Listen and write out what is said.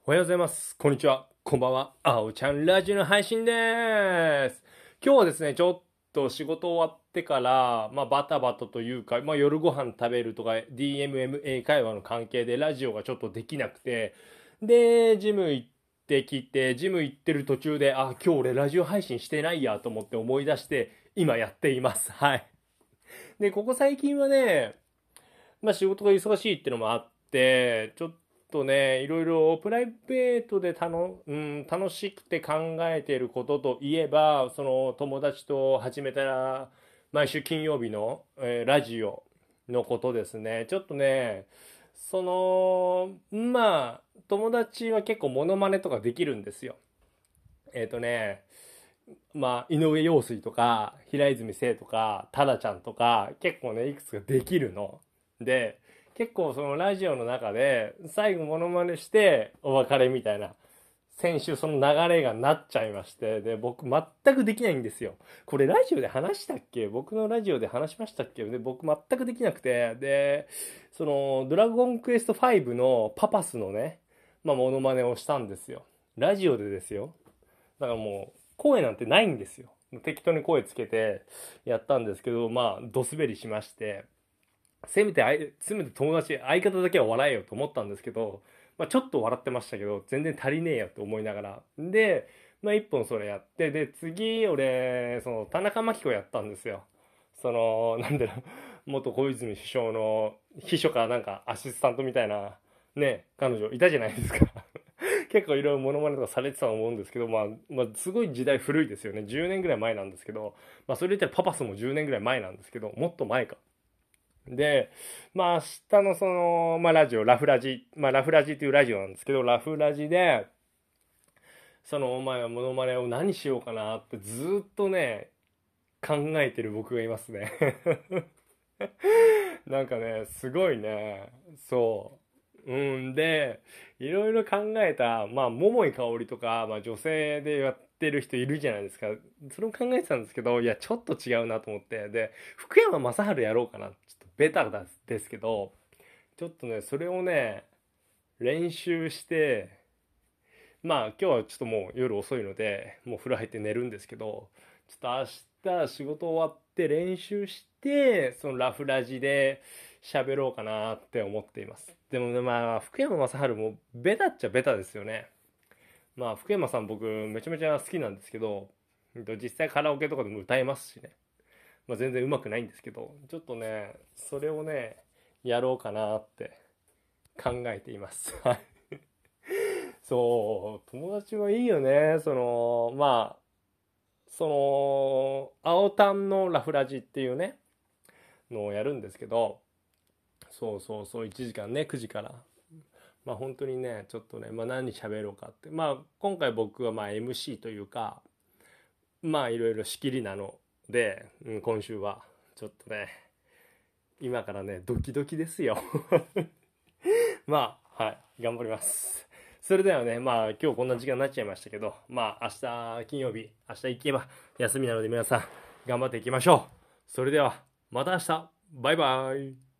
おはようございます。こんにちは。こんばんは。あおちゃんラジオの配信です。今日はですね、ちょっと仕事終わってから、バタバタというか、夜ご飯食べるとか、DMMA 会話の関係でラジオがちょっとできなくて、で、ジム行ってきて、ジム行ってる途中で、今日俺ラジオ配信してないやと思って思い出して、今やっています。はい。で、ここ最近はね、仕事が忙しいってのもあって、ちょっとね、いろいろプライベートで楽しくて考えていることといえば、その友達と始めた毎週金曜日の、ラジオのことですね。ちょっとね、友達は結構モノマネとかできるんですよ。えっ、とね、井上陽水とか、平泉聖とか、タダちゃんとか、結構ね、いくつかできるの。で、結構そのラジオの中で、最後モノマネしてお別れみたいな、先週その流れがなっちゃいまして、で、僕全くできないんですよ。これラジオで話したっけ？僕のラジオで話しましたっけ？で、僕全くできなくて、で、その、ドラゴンクエスト5のパパスのね、モノマネをしたんですよ。ラジオでですよ。だからもう、声なんてないんですよ。適当に声つけてやったんですけど、ドスベリしまして、せめて友達、相方だけは笑えよと思ったんですけど、ちょっと笑ってましたけど、全然足りねえよと思いながら。で、一本それやって、で、次、俺、その、田中真紀子やったんですよ。その、なんだろう、元小泉首相の秘書かなんかアシスタントみたいな、ね、彼女いたじゃないですか。結構いろいろモノマネとかされてたと思うんですけど、すごい時代古いですよね。10年ぐらい前なんですけど、それ言ったらパパスも10年ぐらい前なんですけど、もっと前か。で、明日のその、ラジオ、ラフラジ、ラフラジっていうラジオなんですけど、ラフラジで、その、モノマネを何しようかなってずっとね、考えてる僕がいますね。なんかね、すごいね、そう。うんで、いろいろ考えた、桃井かおりとか、女性でやってる人いるじゃないですか。それも考えてたんですけど、いや、ちょっと違うなと思って。で、福山雅治やろうかな。ちょっとベタですけど、ちょっとね、それをね、練習して、今日はちょっともう夜遅いので、もう風呂入って寝るんですけど、ちょっと明日仕事終わって練習して、そのラフラジで喋ろうかなって思っています。でもね、福山雅治もベタっちゃベタですよね。福山さん僕めちゃめちゃ好きなんですけど、実際カラオケとかでも歌えますしね。全然上手くないんですけど、ちょっとね、それをね、やろうかなって考えています。はい。そう、友達はいいよね。青タンのラフラジっていうね、のをやるんですけど、そうそうそう、1時間ね、9時から。本当にね、ちょっとね、何喋ろうかって。今回僕はMC というか、いろいろ仕切りなので、今週は、ちょっとね、今からね、ドキドキですよ。はい、頑張ります。それではね、今日こんな時間になっちゃいましたけど、明日金曜日、明日行けば休みなので皆さん頑張っていきましょう。それでは、また明日、バイバイ。